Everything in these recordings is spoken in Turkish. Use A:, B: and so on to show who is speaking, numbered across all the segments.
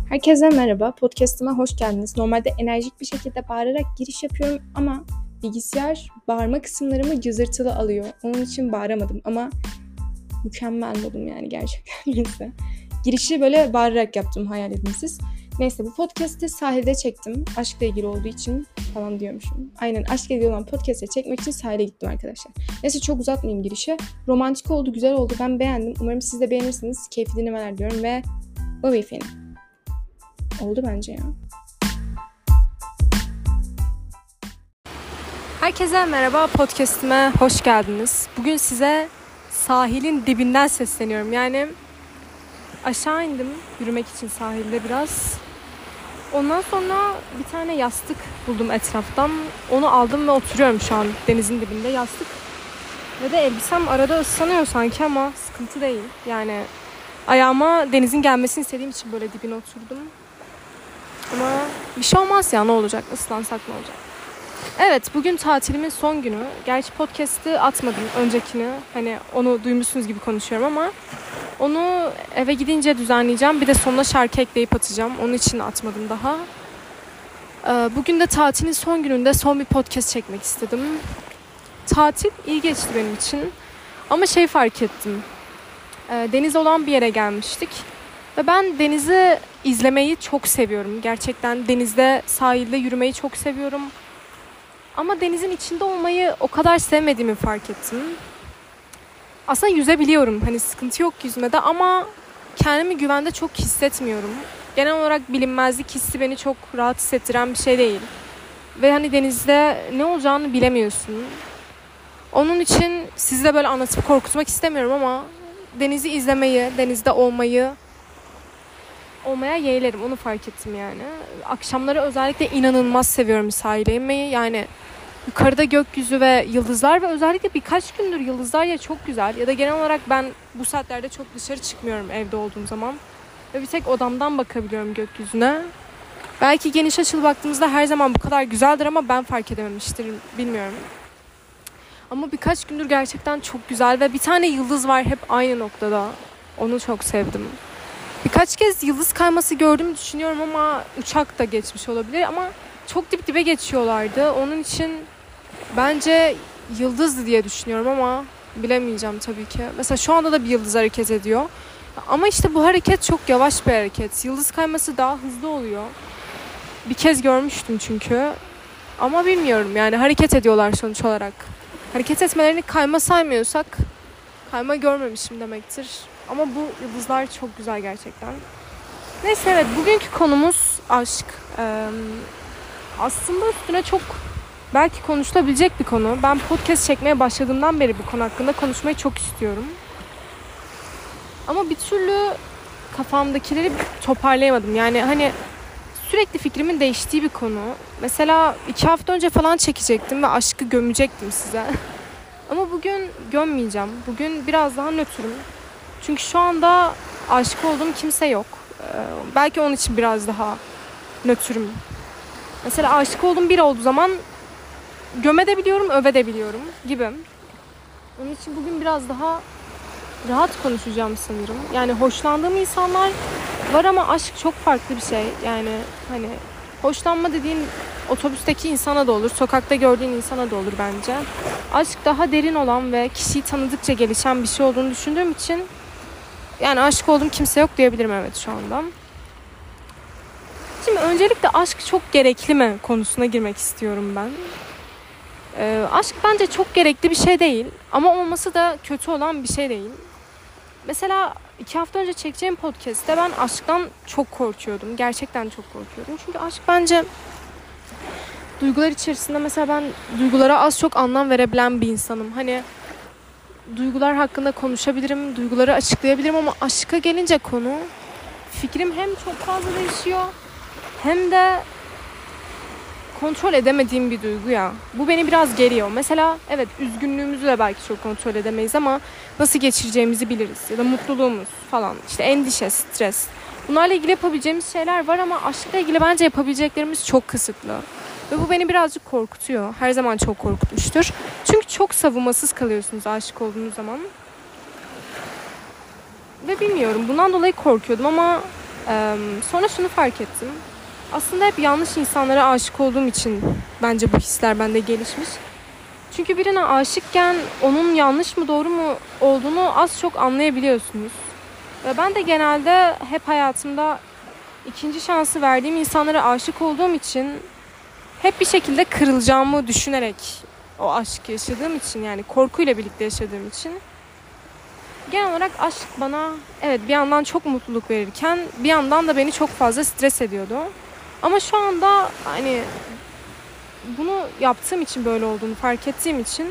A: Herkese merhaba, podcast'ıma hoş geldiniz. Normalde enerjik bir şekilde bağırarak giriş yapıyorum ama bilgisayar bağırma kısımlarımı cızırtılı alıyor. Onun için bağıramadım ama mükemmel modum yani gerçekten. Neyse. Girişi böyle bağırarak yaptım, hayal edin siz. Neyse, bu podcast'i sahilde çektim. Aşkla ilgili olduğu için falan diyormuşum. Aynen, aşkla ilgili olan podcast'i çekmek için sahile gittim arkadaşlar. Neyse, çok uzatmayayım girişi. Romantik oldu, güzel oldu. Ben beğendim. Umarım siz de beğenirsiniz. Keyifli dinlemeler diyorum ve bye efendim. Oldu bence ya. Herkese merhaba, podcast'ime hoş geldiniz. Bugün size sahilin dibinden sesleniyorum. Yani aşağı indim yürümek için sahilde biraz. Ondan sonra bir tane yastık buldum etraftan. Onu aldım ve oturuyorum şu an denizin dibinde. Yastık ve de elbisem arada ıslanıyor sanki ama sıkıntı değil. Yani ayağıma denizin gelmesini istediğim için böyle dibine oturdum. Ama bir şey olmaz ya, ne olacak, ıslansak ne olacak. Evet, bugün tatilimin son günü. Gerçi podcast'ı atmadım öncekini. Hani onu duymuşsunuz gibi konuşuyorum ama onu eve gidince düzenleyeceğim. Bir de sonuna şarkı ekleyip atacağım. Onun için atmadım daha. Bugün de tatilin son gününde son bir podcast çekmek istedim. Tatil iyi geçti benim için. Ama fark ettim. Deniz olan bir yere gelmiştik. Ve ben denizi izlemeyi çok seviyorum. Gerçekten denizde, sahilde yürümeyi çok seviyorum. Ama denizin içinde olmayı o kadar sevmediğimi fark ettim. Aslında yüzebiliyorum. Hani sıkıntı yok yüzmede ama kendimi güvende çok hissetmiyorum. Genel olarak bilinmezlik hissi beni çok rahat hissettiren bir şey değil. Ve hani denizde ne olacağını bilemiyorsun. Onun için sizi de böyle anlatıp korkutmak istemiyorum ama denizi izlemeyi, denizde olmaya yeğlerim. Onu fark ettim yani. Akşamları özellikle inanılmaz seviyorum sahile inmeyi. Yani yukarıda gökyüzü ve yıldızlar ve özellikle birkaç gündür yıldızlar ya çok güzel ya da genel olarak ben bu saatlerde çok dışarı çıkmıyorum evde olduğum zaman. Ve bir tek odamdan bakabiliyorum gökyüzüne. Belki geniş açılı baktığımızda her zaman bu kadar güzeldir ama ben fark edememiştir, bilmiyorum. Ama birkaç gündür gerçekten çok güzel ve bir tane yıldız var hep aynı noktada. Onu çok sevdim. Birkaç kez yıldız kayması gördüğümü düşünüyorum ama uçak da geçmiş olabilir ama çok dip dibe geçiyorlardı. Onun için bence yıldızdı diye düşünüyorum ama bilemeyeceğim tabii ki. Mesela şu anda da bir yıldız hareket ediyor. Ama işte bu hareket çok yavaş bir hareket. Yıldız kayması daha hızlı oluyor. Bir kez görmüştüm çünkü. Ama bilmiyorum yani hareket ediyorlar sonuç olarak. Hareket etmelerini kayma saymıyorsak kayma görmemişim demektir. Ama bu yıldızlar çok güzel gerçekten. Neyse, evet, bugünkü konumuz aşk. Aslında üstüne çok belki konuşulabilecek bir konu. Ben podcast çekmeye başladığımdan beri bu konu hakkında konuşmayı çok istiyorum. Ama bir türlü kafamdakileri toparlayamadım. Yani hani sürekli fikrimin değiştiği bir konu. Mesela 2 hafta önce falan çekecektim ve aşkı gömecektim size. Ama bugün gömmeyeceğim. Bugün biraz daha nötrüm. Çünkü şu anda aşık olduğum kimse yok. Belki onun için biraz daha nötrüm. Mesela aşık olduğum biri olduğu zaman gömebiliyorum, övebiliyorum gibi. Onun için bugün biraz daha rahat konuşacağım sanırım. Yani hoşlandığım insanlar var ama aşk çok farklı bir şey. Yani hani hoşlanma dediğin otobüsteki insana da olur, sokakta gördüğün insana da olur bence. Aşk daha derin olan ve kişiyi tanıdıkça gelişen bir şey olduğunu düşündüğüm için yani aşık olduğum kimse yok diyebilirim evet şu anda. Şimdi öncelikle aşk çok gerekli mi konusuna girmek istiyorum ben. Aşk bence çok gerekli bir şey değil ama olması da kötü olan bir şey değil. Mesela 2 hafta önce çekeceğim podcast'te ben aşktan çok korkuyordum. Gerçekten çok korkuyordum. Çünkü aşk bence duygular içerisinde, mesela ben duygulara az çok anlam verebilen bir insanım. Hani duygular hakkında konuşabilirim, duyguları açıklayabilirim ama aşka gelince konu fikrim hem çok fazla değişiyor hem de kontrol edemediğim bir duygu ya. Bu beni biraz geriyor. Mesela evet, üzgünlüğümüzü de belki çok kontrol edemeyiz ama nasıl geçireceğimizi biliriz. Ya da mutluluğumuz falan. İşte endişe, stres. Bunlarla ilgili yapabileceğimiz şeyler var ama aşkla ilgili bence yapabileceklerimiz çok kısıtlı. Ve bu beni birazcık korkutuyor. Her zaman çok korkutmuştur. Çünkü çok savunmasız kalıyorsunuz aşık olduğunuz zaman. Ve bilmiyorum, bundan dolayı korkuyordum ama Sonra şunu fark ettim. Aslında hep yanlış insanlara aşık olduğum için bence bu hisler bende gelişmiş. Çünkü birine aşıkken onun yanlış mı doğru mu olduğunu az çok anlayabiliyorsunuz. Ve ben de genelde hep hayatımda ikinci şansı verdiğim insanlara aşık olduğum için hep bir şekilde kırılacağımı düşünerek o aşkı yaşadığım için, yani korkuyla birlikte yaşadığım için genel olarak aşk bana evet bir yandan çok mutluluk verirken bir yandan da beni çok fazla stres ediyordu. Ama şu anda hani bunu yaptığım için böyle olduğunu fark ettiğim için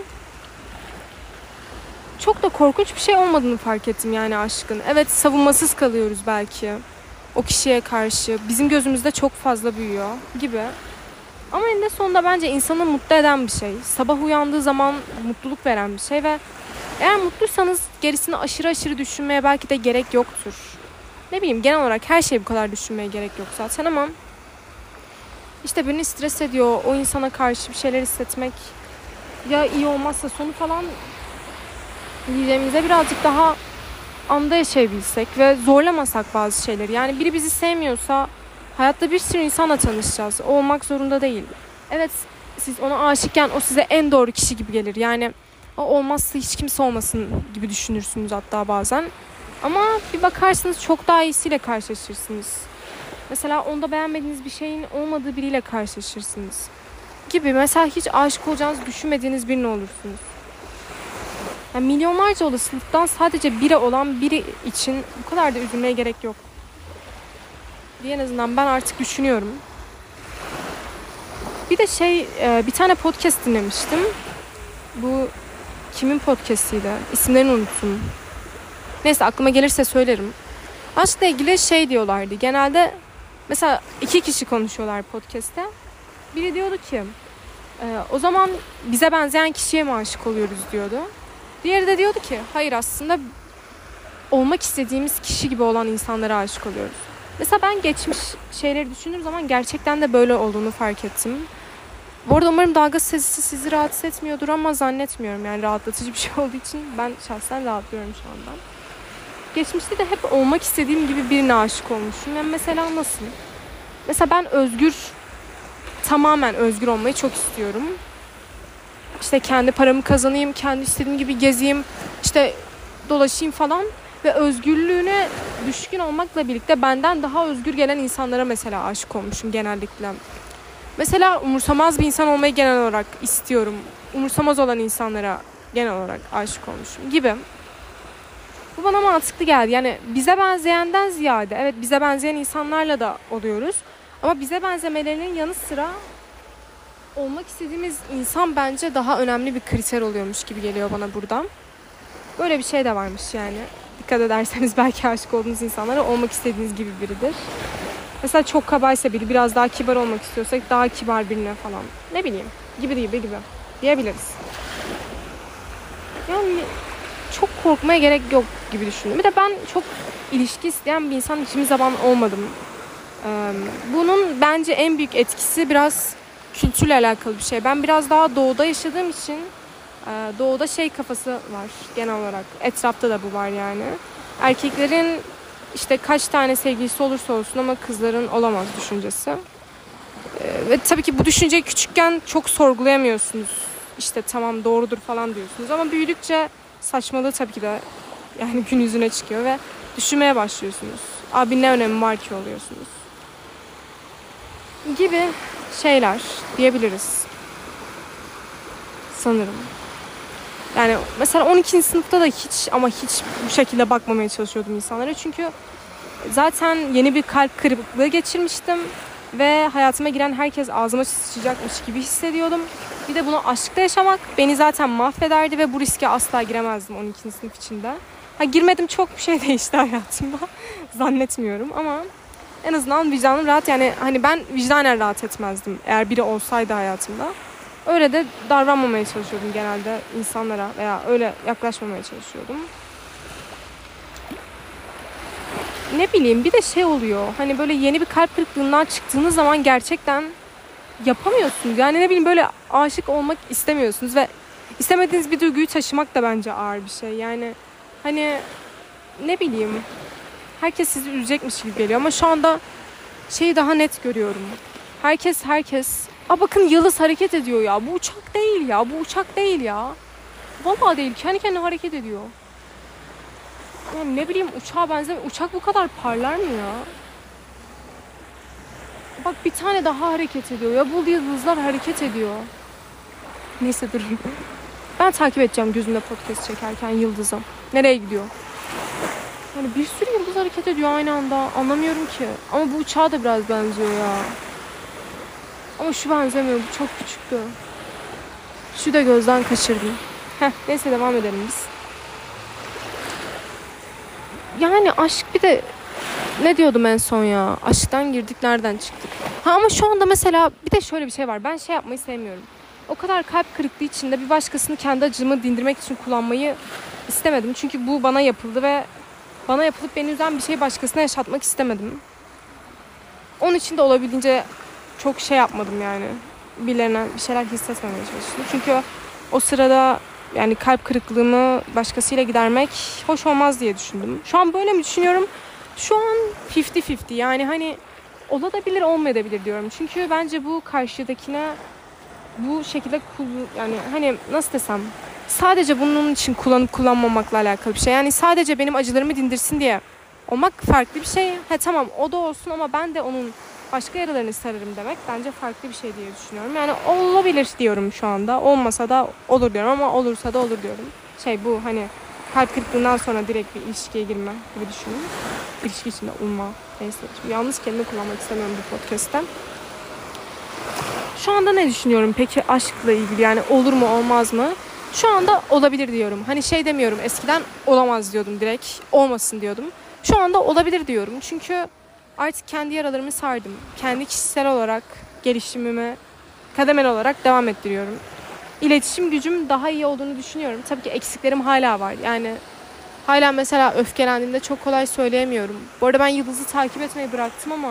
A: çok da korkunç bir şey olmadığını fark ettim yani aşkın. Evet, savunmasız kalıyoruz belki o kişiye karşı. Bizim gözümüzde çok fazla büyüyor gibi. Ama eninde sonunda bence insanı mutlu eden bir şey. Sabah uyandığı zaman mutluluk veren bir şey ve eğer mutluysanız gerisini aşırı düşünmeye belki de gerek yoktur. Ne bileyim, genel olarak her şeyi bu kadar düşünmeye gerek yok zaten ama işte beni stres ediyor o insana karşı bir şeyler hissetmek. Ya iyi olmazsa sonu falan diyeceğimize birazcık daha anda yaşayabilsek ve zorlamasak bazı şeyleri. Yani biri bizi sevmiyorsa hayatta bir sürü insanla tanışacağız. O olmak zorunda değil. Evet, siz ona aşıkken o size en doğru kişi gibi gelir. Yani o olmazsa hiç kimse olmasın gibi düşünürsünüz hatta bazen. Ama bir bakarsınız çok daha iyisiyle karşılaşırsınız. Mesela onda beğenmediğiniz bir şeyin olmadığı biriyle karşılaşırsınız. Gibi mesela hiç aşık olacağınızı düşünmediğiniz birine olursunuz. Yani milyonlarca olasılıktan sadece biri olan biri için bu kadar da üzülmeye gerek yok diye en azından ben artık düşünüyorum. Bir de bir tane podcast dinlemiştim. Bu kimin podcast'iydi? İsimlerini unuttum. Neyse, aklıma gelirse söylerim. Aşkla ilgili diyorlardı. Genelde mesela 2 kişi konuşuyorlar podcast'te. Biri diyordu ki o zaman bize benzeyen kişiye mi aşık oluyoruz diyordu. Diğeri de diyordu ki hayır, aslında olmak istediğimiz kişi gibi olan insanlara aşık oluyoruz. Mesela ben geçmiş şeyleri düşündüğüm zaman gerçekten de böyle olduğunu fark ettim. Bu arada umarım dalga sesi sizi rahatsız etmiyordur ama zannetmiyorum. Yani rahatlatıcı bir şey olduğu için ben şahsen rahatlıyorum şu anda. Geçmişte de hep olmak istediğim gibi birine aşık olmuşum. Yani mesela nasıl? Mesela ben tamamen özgür olmayı çok istiyorum. İşte kendi paramı kazanayım, kendi istediğim gibi gezeyim, işte dolaşayım falan. Ve özgürlüğüne düşkün olmakla birlikte benden daha özgür gelen insanlara mesela aşık olmuşum genellikle. Mesela umursamaz bir insan olmayı genel olarak istiyorum. Umursamaz olan insanlara genel olarak aşık olmuşum gibi. Bu bana mantıklı geldi. Yani bize benzeyenden ziyade, evet bize benzeyen insanlarla da oluyoruz. Ama bize benzemelerinin yanı sıra olmak istediğimiz insan bence daha önemli bir kriter oluyormuş gibi geliyor bana buradan. Böyle bir şey de varmış yani. Dikkat ederseniz belki aşık olduğunuz insanlara olmak istediğiniz gibi biridir. Mesela çok kabaysa biri, biraz daha kibar olmak istiyorsak daha kibar birine falan. Ne bileyim, gibi diyebiliriz. Yani çok korkmaya gerek yok gibi düşündüm. Bir de ben çok ilişki isteyen bir insan hiçbir zaman olmadım. Bunun bence en büyük etkisi biraz kültürle alakalı bir şey. Ben biraz daha doğuda yaşadığım için doğuda kafası var genel olarak. Etrafta da bu var yani. Erkeklerin işte kaç tane sevgilisi olursa olsun ama kızların olamaz düşüncesi. Ve tabii ki bu düşünceyi küçükken çok sorgulayamıyorsunuz. İşte tamam doğrudur falan diyorsunuz ama büyüdükçe saçmalığı tabii ki de yani gün yüzüne çıkıyor ve düşünmeye başlıyorsunuz. Abi ne önemi var ki oluyorsunuz. Gibi şeyler diyebiliriz. Sanırım. Yani mesela 12. sınıfta da hiç bu şekilde bakmamaya çalışıyordum insanlara. Çünkü zaten yeni bir kalp kırıklığı geçirmiştim. Ve hayatıma giren herkes ağzıma sıçacakmış gibi hissediyordum. Bir de bunu aşkta yaşamak beni zaten mahvederdi ve bu riske asla giremezdim 12. sınıf içinde. Girmedim, çok bir şey değişti hayatımda. Zannetmiyorum ama en azından vicdanım rahat. Yani hani ben vicdanen rahat etmezdim eğer biri olsaydı hayatımda. Öyle de davranmamaya çalışıyordum genelde insanlara veya öyle yaklaşmamaya çalışıyordum. Ne bileyim, bir de oluyor. Hani böyle yeni bir kalp kırıklığından çıktığınız zaman gerçekten yapamıyorsunuz. Yani ne bileyim, böyle aşık olmak istemiyorsunuz ve istemediğiniz bir duyguyu taşımak da bence ağır bir şey. Yani hani ne bileyim, herkes sizi üzecekmiş gibi geliyor. Ama şu anda şeyi daha net görüyorum. Herkes bakın Yıldız hareket ediyor ya. Bu uçak değil ya. Bu uçak değil ya. Vallahi değil. Kendi kendine hareket ediyor. Yani ne bileyim, uçağa benzemiyor. Uçak bu kadar parlar mı ya? Bak bir tane daha hareket ediyor. Ya bu yıldızlar hareket ediyor. Neyse durun. Ben takip edeceğim gözümde podcast çekerken yıldızı. Nereye gidiyor? Yani bir sürü yıldız hareket ediyor aynı anda. Anlamıyorum ki. Ama bu uçağa da biraz benziyor ya. Ama şu benzemiyor. Bu çok küçüktü. Şu da gözden kaçırdım. Neyse devam edelim biz. Yani aşk, bir de ne diyordum en son ya? Aşktan girdik, nereden çıktık? Ama şu anda mesela bir de şöyle bir şey var. Ben şey yapmayı sevmiyorum. O kadar kalp kırıklığı içinde bir başkasını kendi acımı dindirmek için kullanmayı istemedim. Çünkü bu bana yapıldı ve bana yapılıp beni üzen bir şeyi başkasına yaşatmak istemedim. Onun için de olabildiğince çok şey yapmadım yani. Birilerine bir şeyler hissetmemeye çalıştım. Çünkü o sırada yani kalp kırıklığımı başkasıyla gidermek hoş olmaz diye düşündüm. Şu an böyle mi düşünüyorum? Şu an 50-50, yani hani olabilir olmayabilir diyorum. Çünkü bence bu karşıdakine bu şekilde yani hani nasıl desem, sadece bunun için kullanıp kullanmamakla alakalı bir şey. Yani sadece benim acılarımı dindirsin diye olmak farklı bir şey. Tamam o da olsun ama ben de onun başka yaralarını sararım demek bence farklı bir şey diye düşünüyorum. Yani olabilir diyorum şu anda. Olmasa da olur diyorum ama olursa da olur diyorum. Bu hani kalp kırıklığından sonra direkt bir ilişkiye girme gibi düşünün. İlişki içinde olma. Neyse. Yanlış kelime kullanmak istemiyorum bu podcast'ten. Şu anda ne düşünüyorum peki aşkla ilgili, yani olur mu olmaz mı? Şu anda olabilir diyorum. Hani demiyorum, eskiden olamaz diyordum, direkt olmasın diyordum. Şu anda olabilir diyorum. Çünkü artık kendi yaralarımı sardım. Kendi kişisel olarak gelişimimi kademeli olarak devam ettiriyorum. İletişim gücüm daha iyi olduğunu düşünüyorum. Tabii ki eksiklerim hala var. Yani hala mesela öfkelendiğimde çok kolay söyleyemiyorum. Bu arada ben Yıldız'ı takip etmeyi bıraktım ama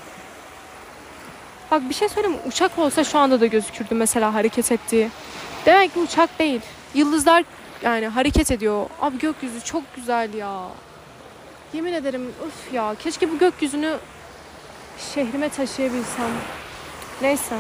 A: bak bir şey söyleyeyim mi? Uçak olsa şu anda da gözükürdü mesela hareket ettiği. Demek ki uçak değil. Yıldızlar yani hareket ediyor. Abi gökyüzü çok güzel ya. Yemin ederim ya. Keşke bu gökyüzünü şehrime taşıyabilsem. Neyse.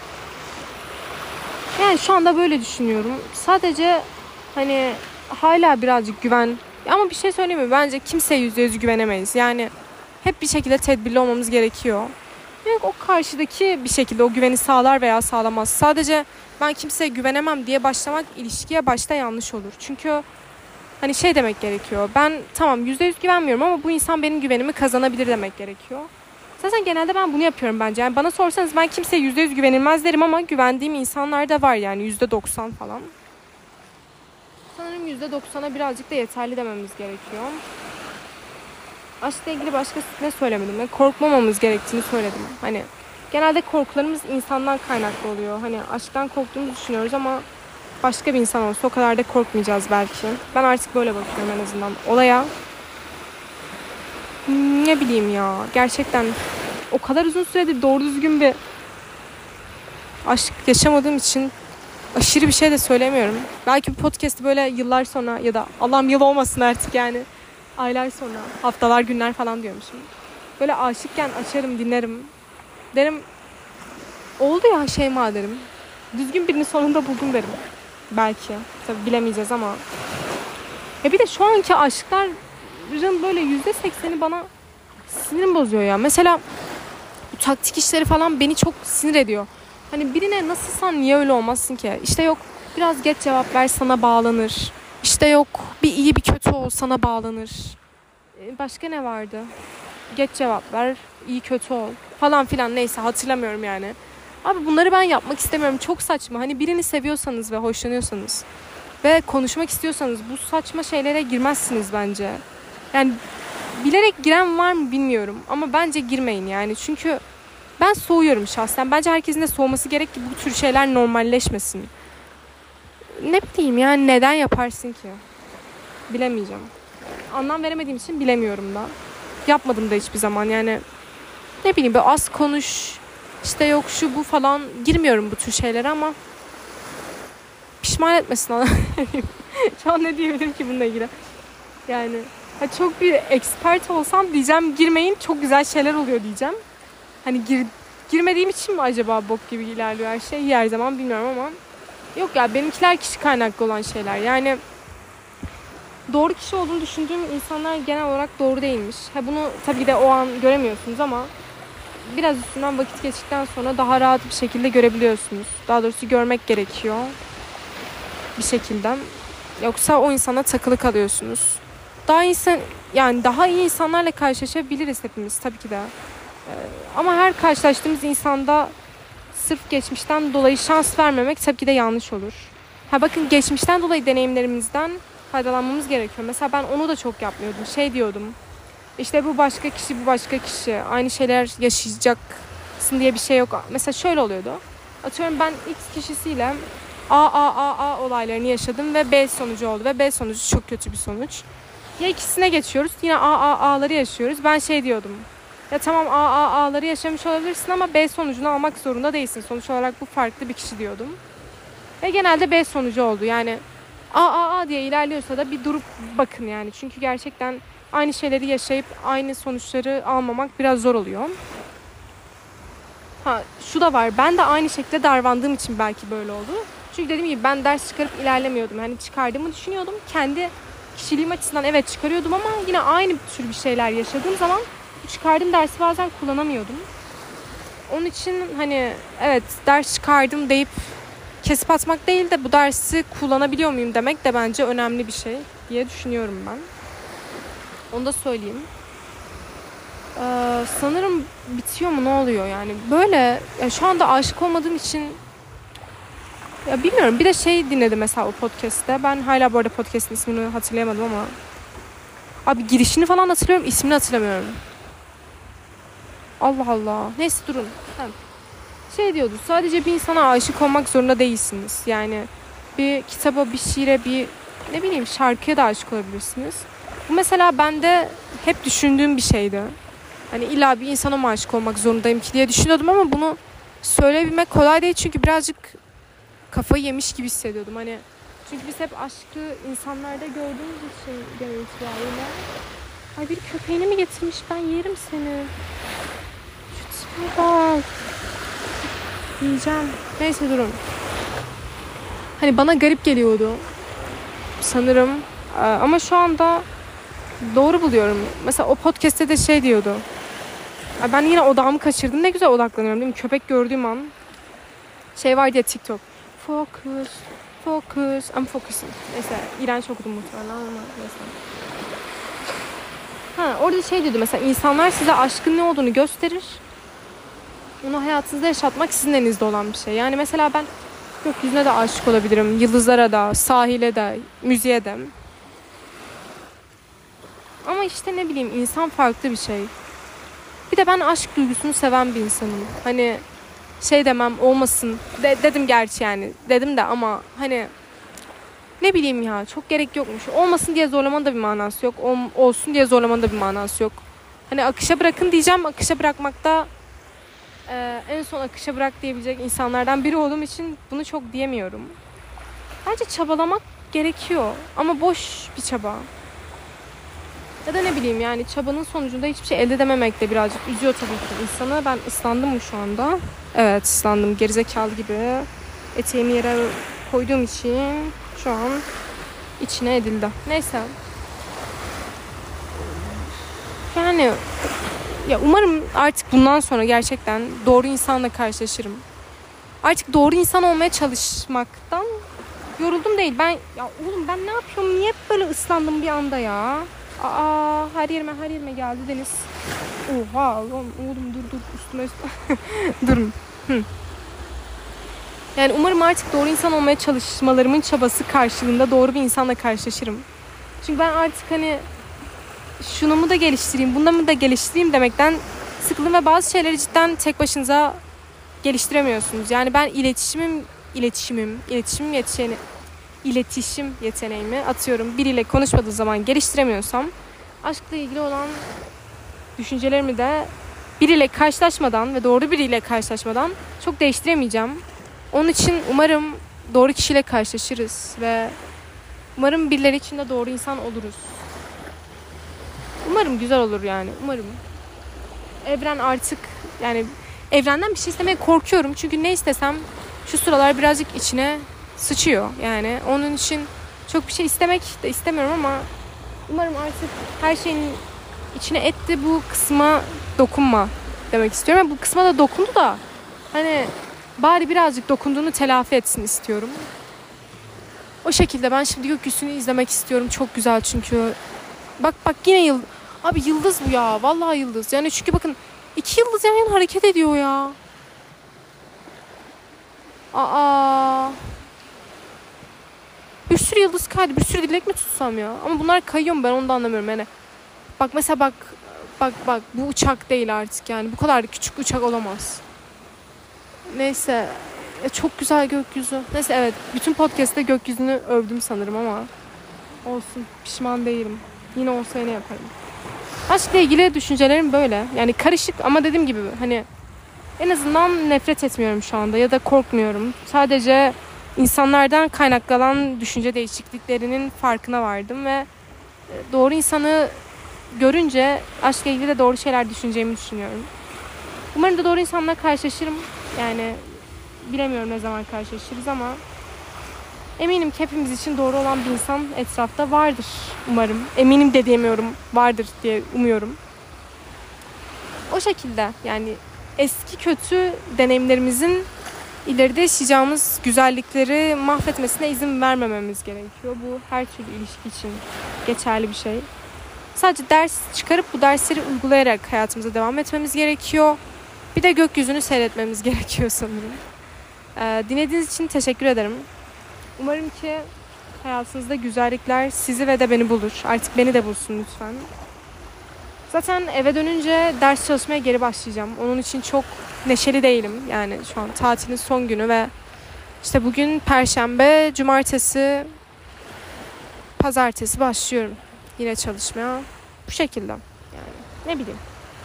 A: Yani şu anda böyle düşünüyorum. Sadece hani hala birazcık güven. Ama bir şey söyleyeyim mi? Bence kimseye %100 güvenemeyiz. Yani hep bir şekilde tedbirli olmamız gerekiyor. Yani o karşıdaki bir şekilde o güveni sağlar veya sağlamaz. Sadece ben kimseye güvenemem diye başlamak ilişkiye başta yanlış olur. Çünkü hani demek gerekiyor. Ben tamam %100 güvenmiyorum ama bu insan benim güvenimi kazanabilir demek gerekiyor. Zaten genelde ben bunu yapıyorum bence. Yani bana sorsanız ben kimseye %100 güvenilmez derim ama güvendiğim insanlar da var yani %90 falan. Sanırım %90'a birazcık da yeterli dememiz gerekiyor. Aşkla ilgili başka ne söylemedim? Yani korkmamamız gerektiğini söyledim. Hani genelde korkularımız insandan kaynaklı oluyor. Hani aşktan korktuğumuzu düşünüyoruz ama başka bir insan olsa o kadar da korkmayacağız belki. Ben artık böyle bakıyorum en azından olaya. Ne bileyim ya, gerçekten o kadar uzun süredir doğru düzgün bir aşk yaşamadığım için aşırı bir şey de söylemiyorum. Belki bu podcast'ı böyle yıllar sonra ya da Allah'ım yıl olmasın artık yani aylar sonra, haftalar, günler falan diyormuşum. Böyle aşıkken açarım, dinlerim. Derim oldu ya Şeyma derim. Düzgün birini sonunda buldum derim. Belki. Tabii bilemeyeceğiz ama. Bir de şu anki aşkların böyle %80'i bana sinirim bozuyor ya. Mesela bu taktik işleri falan beni çok sinir ediyor. Hani birine nasılsan niye öyle olmazsın ki? Yok biraz geç cevap ver sana bağlanır. Yok bir iyi bir kötü ol sana bağlanır. Başka ne vardı? Geç cevap ver, iyi kötü ol falan filan, neyse hatırlamıyorum yani. Abi bunları ben yapmak istemiyorum. Çok saçma. Hani birini seviyorsanız ve hoşlanıyorsanız ve konuşmak istiyorsanız bu saçma şeylere girmezsiniz bence. Yani bilerek giren var mı bilmiyorum ama bence girmeyin yani. Çünkü ben soğuyorum şahsen. Bence herkesin de soğuması gerek ki bu tür şeyler normalleşmesin. Ne bileyim yani, neden yaparsın ki? Bilemeyeceğim. Anlam veremediğim için bilemiyorum da. Yapmadım da hiçbir zaman yani. Ne bileyim böyle az konuş, yok şu bu falan, girmiyorum bu tür şeylere ama pişman etmesin Allah. Şu an ne diyebilirim ki bununla ilgili? Yani Çok bir expert olsam diyeceğim girmeyin, çok güzel şeyler oluyor diyeceğim. Hani girmediğim için mi acaba bok gibi ilerliyor her şey? Her zaman bilmiyorum ama. Yok ya, benimkiler kişi kaynaklı olan şeyler. Yani doğru kişi olduğunu düşündüğüm insanlar genel olarak doğru değilmiş. Bunu tabii ki de o an göremiyorsunuz ama biraz üstünden vakit geçtikten sonra daha rahat bir şekilde görebiliyorsunuz. Daha doğrusu görmek gerekiyor bir şekilde. Yoksa o insana takılı kalıyorsunuz. Daha iyi insanlarla karşılaşabiliriz hepimiz tabii ki de. Ama her karşılaştığımız insanda sırf geçmişten dolayı şans vermemek tabii ki de yanlış olur. Bakın, geçmişten dolayı deneyimlerimizden faydalanmamız gerekiyor. Mesela ben onu da çok yapmıyordum. Diyordum. İşte bu başka kişi, bu başka kişi. Aynı şeyler yaşayacaksın diye bir şey yok. Mesela şöyle oluyordu. Atıyorum, ben X kişisiyle A olaylarını yaşadım ve B sonucu oldu. Ve B sonucu çok kötü bir sonuç. Ya ikisine geçiyoruz. Yine A'ları yaşıyoruz. Ben diyordum. Ya tamam, A'ları yaşamış olabilirsin ama B sonucunu almak zorunda değilsin. Sonuç olarak bu farklı bir kişi diyordum. Ve genelde B sonucu oldu. Yani A diye ilerliyorsa da bir durup bakın yani. Çünkü gerçekten aynı şeyleri yaşayıp aynı sonuçları almamak biraz zor oluyor. Şu da var. Ben de aynı şekilde davrandığım için belki böyle oldu. Çünkü dediğim gibi ben ders çıkarıp ilerlemiyordum. Hani çıkardığımı düşünüyordum. Kendi kişiliğim açısından evet çıkarıyordum ama yine aynı tür bir şeyler yaşadığım zaman çıkardığım dersi bazen kullanamıyordum. Onun için evet ders çıkardım deyip kesip atmak değil de bu dersi kullanabiliyor muyum demek de bence önemli bir şey diye düşünüyorum ben. Onu da söyleyeyim. Sanırım bitiyor mu, ne oluyor yani? Böyle şu anda aşık olmadığım için bilmiyorum. Bir de dinledim mesela o podcast'te. Ben hala bu arada podcast'in ismini hatırlayamadım ama abi girişini falan hatırlıyorum, ismini hatırlamıyorum. Allah Allah. Neyse durun. Diyordu. Sadece bir insana aşık olmak zorunda değilsiniz. Yani bir kitaba, bir şiire, bir şarkıya da aşık olabilirsiniz. Bu mesela bende hep düşündüğüm bir şeydi. İlla bir insana mı aşık olmak zorundayım ki diye düşünüyordum ama bunu söyleyebilmek kolay değil çünkü birazcık kafayı yemiş gibi hissediyordum. Çünkü biz hep aşkı insanlarda gördüğümüz için genel itibariyle. Ay, bir köpeğini mi getirmiş? Ben yerim seni. Şu tipe bak. Yiyeceğim. Neyse durun. Bana garip geliyordu. Sanırım. Ama şu anda doğru buluyorum. Mesela o podcast'te de diyordu. Ben yine odağımı kaçırdım. Ne güzel odaklanıyorum değil mi? Köpek gördüğüm an. Var diye TikTok. Focus. I'm focusing. Neyse. İğrenç okudum muhtemelen ama neyse. Orada diyordu mesela, insanlar size aşkın ne olduğunu gösterir. Onu hayatınızda yaşatmak sizin elinizde olan bir şey. Yani mesela ben gökyüzüne de aşık olabilirim. Yıldızlara da, sahile de, müziğe de. Ama insan farklı bir şey. Bir de ben aşk duygusunu seven bir insanım. Demem olmasın. Dedim gerçi yani. Dedim de ama çok gerek yokmuş. Olmasın diye zorlamanın da bir manası yok. Olsun diye zorlamanın da bir manası yok. Akışa bırakın diyeceğim. Akışa bırakmakta en son akışa bırak diyebilecek insanlardan biri olduğum için bunu çok diyemiyorum. Bence çabalamak gerekiyor. Ama boş bir çaba. Ya da çabanın sonucunda hiçbir şey elde edememek de birazcık üzüyor tabii ki insanı. Ben ıslandım mı şu anda? Evet, ıslandım. Gerizekalı gibi. Eteğimi yere koyduğum için şu an içine edildi. Neyse. Umarım artık bundan sonra gerçekten doğru insanla karşılaşırım. Artık doğru insan olmaya çalışmaktan yoruldum değil. Ben ne yapıyorum? Niye böyle ıslandım bir anda ya? Her yerime geldi deniz. Oha oğlum dur üstüme. Durun. Yani umarım artık doğru insan olmaya çalışmalarımın çabası karşılığında doğru bir insanla karşılaşırım. Çünkü ben artık şunu mu da geliştireyim, bunu mu da geliştireyim demekten sıkıldım ve bazı şeyleri cidden tek başınıza geliştiremiyorsunuz. Yani ben iletişim yeteneğimi atıyorum biriyle konuşmadığı zaman geliştiremiyorsam, aşkla ilgili olan düşüncelerimi de biriyle karşılaşmadan ve doğru biriyle karşılaşmadan çok değiştiremeyeceğim. Onun için umarım doğru kişiyle karşılaşırız ve umarım birileri için de doğru insan oluruz. Umarım güzel olur yani. Umarım. Evren artık yani evrenden bir şey istemeye korkuyorum. Çünkü ne istesem şu sıralar birazcık içine sıçıyor. Yani onun için çok bir şey istemek de istemiyorum ama umarım artık her şeyin içine etti, bu kısma dokunma demek istiyorum. Bu kısma da dokundu da hani bari birazcık dokunduğunu telafi etsin istiyorum. O şekilde ben şimdi gökyüzünü izlemek istiyorum. Çok güzel çünkü. Bak yine Abi yıldız bu ya. Vallahi yıldız. Yani çünkü bakın 2 yıldız yan yana hareket ediyor ya. Aa. Bir sürü yıldız kaydı. Bir sürü dilek mi tutsam ya? Ama bunlar kayıyor mu, ben onu da anlamıyorum yani. Bak mesela bak bu uçak değil artık yani. Bu kadar küçük uçak olamaz. Neyse. Çok güzel gökyüzü. Neyse evet. Bütün podcast'te gökyüzünü övdüm sanırım ama olsun. Pişman değilim. Yine olsa yine yaparım. Aşkla ilgili düşüncelerim böyle. Yani karışık ama dediğim gibi hani en azından nefret etmiyorum şu anda ya da korkmuyorum. Sadece insanlardan kaynaklanan düşünce değişikliklerinin farkına vardım ve doğru insanı görünce aşkla ilgili de doğru şeyler düşüneceğimi düşünüyorum. Umarım da doğru insanla karşılaşırım. Yani bilemiyorum ne zaman karşılaşırız ama eminim ki hepimiz için doğru olan bir insan etrafta vardır umarım. Eminim de diyemiyorum, vardır diye umuyorum. O şekilde yani eski kötü deneyimlerimizin ileride yaşayacağımız güzellikleri mahvetmesine izin vermememiz gerekiyor. Bu her türlü ilişki için geçerli bir şey. Sadece ders çıkarıp bu dersleri uygulayarak hayatımıza devam etmemiz gerekiyor. Bir de gökyüzünü seyretmemiz gerekiyor sanırım. Dinlediğiniz için teşekkür ederim. Umarım ki hayatınızda güzellikler sizi ve de beni bulur. Artık beni de bulsun lütfen. Zaten eve dönünce ders çalışmaya geri başlayacağım. Onun için çok neşeli değilim. Yani şu an tatilin son günü ve işte bugün Perşembe, Cumartesi, Pazartesi başlıyorum yine çalışmaya. Bu şekilde. Yani ne bileyim.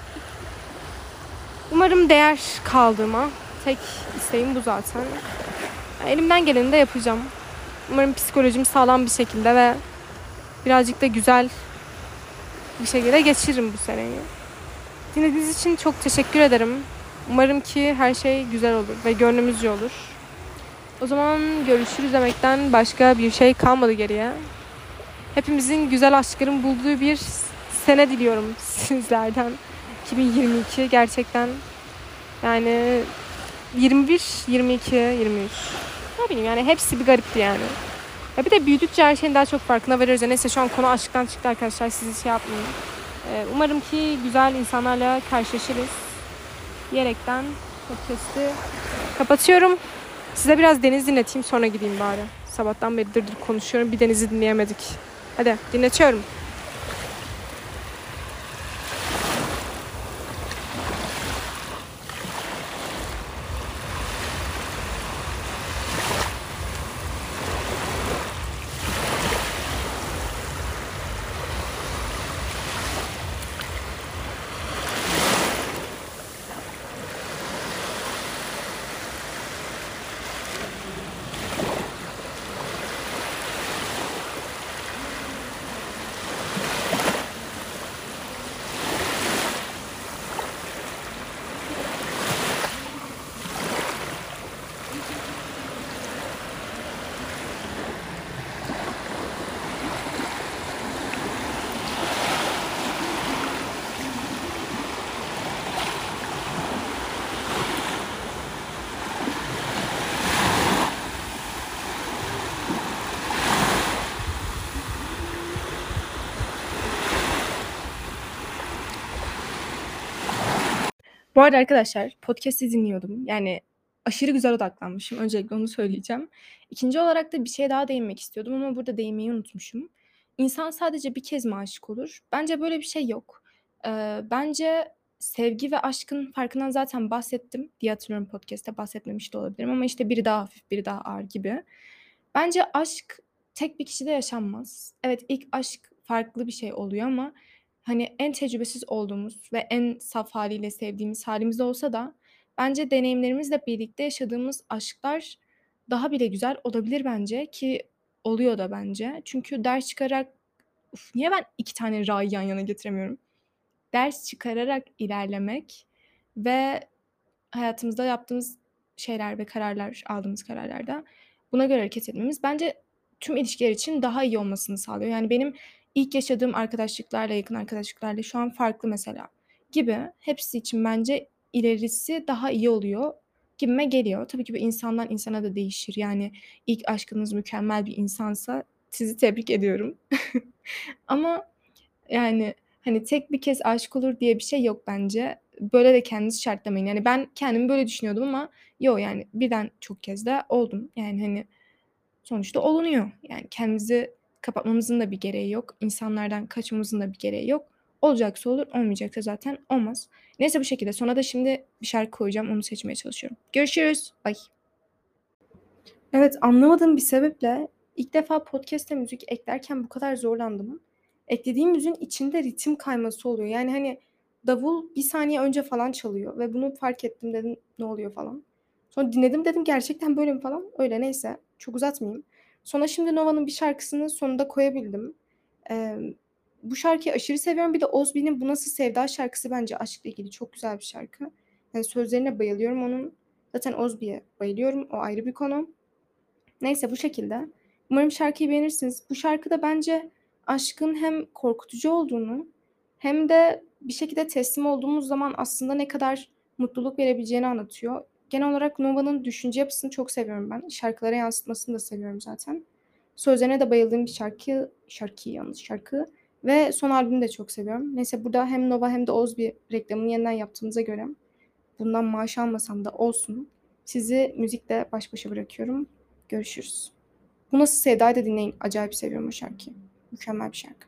A: Umarım değer kaldığıma. Tek isteğim bu zaten. Yani elimden geleni de yapacağım. Umarım psikolojim sağlam bir şekilde ve birazcık da güzel bir şekilde geçiririm bu seneyi. Dinlediğiniz için çok teşekkür ederim. Umarım ki her şey güzel olur ve gönlümüzce olur. O zaman görüşürüz demekten başka bir şey kalmadı geriye. Hepimizin güzel aşkların bulduğu bir sene diliyorum sizlerden. 2022 gerçekten yani 21, 22, 23. Ne bileyim yani hepsi bir garipti yani. Ya bir de büyüdükçe her şeyin daha çok farkına varıyoruz. Neyse şu an konu aşktan çıktı arkadaşlar. Sizi şey yapmayın. Umarım ki güzel insanlarla karşılaşırız diyerekten podcast'ı kapatıyorum. Size biraz deniz dinleteyim sonra gideyim bari. Sabahtan beri dırdır konuşuyorum. Bir denizi dinleyemedik. Hadi dinletiyorum. Bu arada arkadaşlar podcast'i dinliyordum. Yani aşırı güzel odaklanmışım. Öncelikle onu söyleyeceğim. İkinci olarak da bir şeye daha değinmek istiyordum ama burada değinmeyi unutmuşum. İnsan sadece bir kez mi aşık olur? Bence böyle bir şey yok. Bence sevgi ve aşkın farkından zaten bahsettim diye hatırlıyorum, podcast'te bahsetmemiş de olabilirim ama işte biri daha hafif, biri daha ağır gibi. Bence aşk tek bir kişide yaşanmaz. Evet, ilk aşk farklı bir şey oluyor ama hani en tecrübesiz olduğumuz ve en saf haliyle sevdiğimiz halimizde olsa da bence deneyimlerimizle birlikte yaşadığımız aşklar daha bile güzel olabilir bence ki oluyor da bence. Çünkü ders çıkarak Niye ben 2 tane ra'yı yan yana getiremiyorum? Ders çıkararak ilerlemek ve hayatımızda yaptığımız şeyler ve kararlar, aldığımız kararlarda buna göre hareket etmemiz bence tüm ilişkiler için daha iyi olmasını sağlıyor. Yani benim ilk yaşadığım arkadaşlıklarla, yakın arkadaşlıklarla şu an farklı mesela gibi. Hepsi için bence ilerisi daha iyi oluyor gibime geliyor. Tabii ki bu insandan insana da değişir. Yani ilk aşkınız mükemmel bir insansa sizi tebrik ediyorum. Ama yani, hani, tek bir kez aşık olur diye bir şey yok bence. Böyle de kendinizi şartlamayın. Yani ben kendimi böyle düşünüyordum ama yo, yani birden çok kez de oldum. Yani, hani, sonuçta olunuyor. Yani kendimizi kapatmamızın da bir gereği yok. İnsanlardan kaçmamızın da bir gereği yok. Olacaksa olur, olmayacaksa zaten olmaz. Neyse bu şekilde. Sonra da şimdi bir şarkı koyacağım. Onu seçmeye çalışıyorum. Görüşürüz. Bye. Evet, anlamadığım bir sebeple ilk defa podcast'e müzik eklerken bu kadar zorlandım. Eklediğim müziğin içinde ritim kayması oluyor. Yani, hani, davul 1 saniye önce falan çalıyor ve bunu fark ettim. Dedim, "Ne oluyor?" falan. Sonra dinledim, dedim, "Gerçekten böyle mi?" falan. Öyle, neyse. Çok uzatmayayım. Sonra şimdi Nova'nın bir şarkısını sonunda koyabildim. Bu şarkıyı aşırı seviyorum. Bir de Ozbi'nin Bu Nasıl Sevda şarkısı bence aşkla ilgili çok güzel bir şarkı. Yani sözlerine bayılıyorum onun. Zaten Ozbi'ye bayılıyorum. O ayrı bir konu. Neyse bu şekilde. Umarım şarkıyı beğenirsiniz. Bu şarkıda bence aşkın hem korkutucu olduğunu hem de bir şekilde teslim olduğumuz zaman aslında ne kadar mutluluk verebileceğini anlatıyor. Genel olarak Nova'nın düşünce yapısını çok seviyorum ben. Şarkılara yansıtmasını da seviyorum zaten. Sözlerine de bayıldığım bir şarkı ve son albümünü de çok seviyorum. Neyse burada hem Nova hem de Ozbi reklamını yeniden yaptığımıza göre bundan maaş almasam da olsun. Sizi müzikle baş başa bırakıyorum. Görüşürüz. Bu Nasıl Sevda'yı da dinleyin. Acayip seviyorum o şarkıyı. Mükemmel bir şarkı.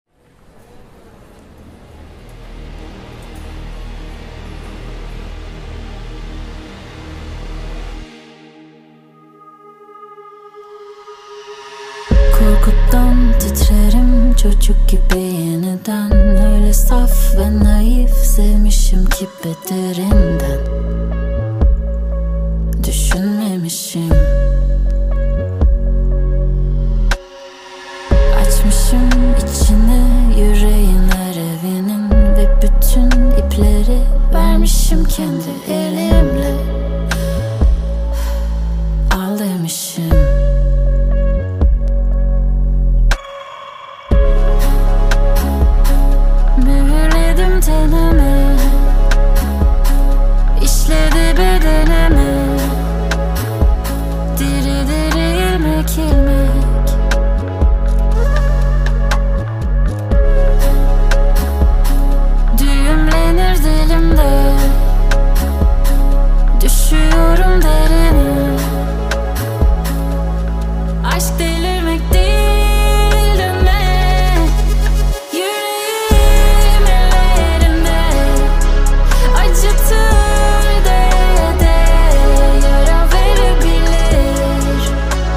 B: Korkudan titrerim çocuk gibi yeniden. Öyle saf ve naif sevmişim ki bederinden. Düşünmemişim. Açmışım içine yüreğin her evinin ve bütün ipleri vermişim kendi elimle. Al demişim. Mühürledim tenime, işledi bedenime. Diri diri ilmek ilmek. Düğümlenir dilimde. Düşüyorum derine. Aşk delirmek değil dönme. Yüreğim ellerinde. Acıtır değe değe. Yara verebilir.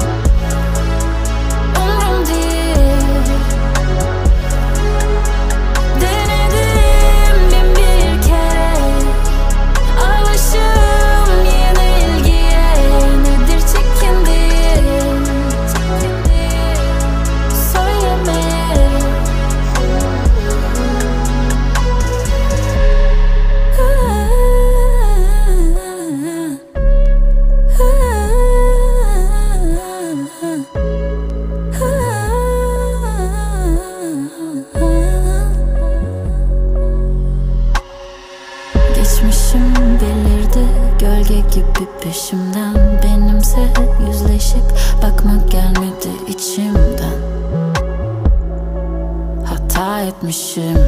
B: Umrum değil. Denedim bin bir kere. Alışım yenilgiye. Nedir çekindiğin? Söyleme. Geçmişim belirdi gölge gibi peşimden. Benimse yüzleşip bakmak gelmedi içimden. Hata etmişim.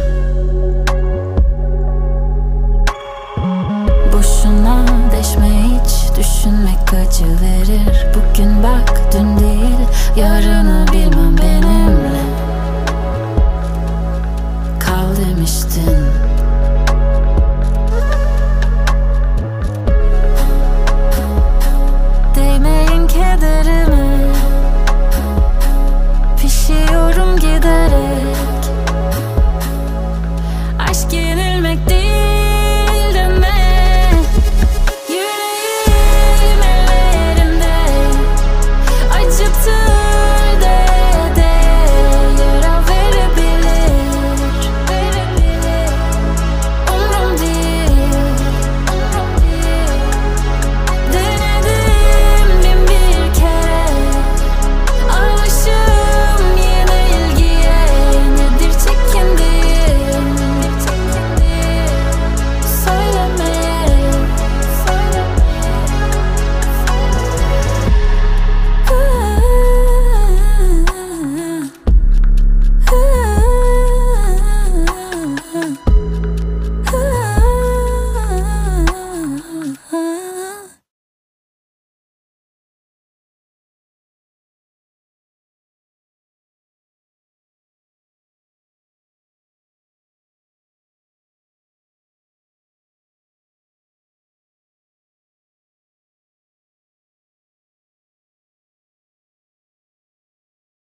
B: Boşuna deşme hiç düşünmek acı verir. Bugün bak dün değil yarını bilmem benimle.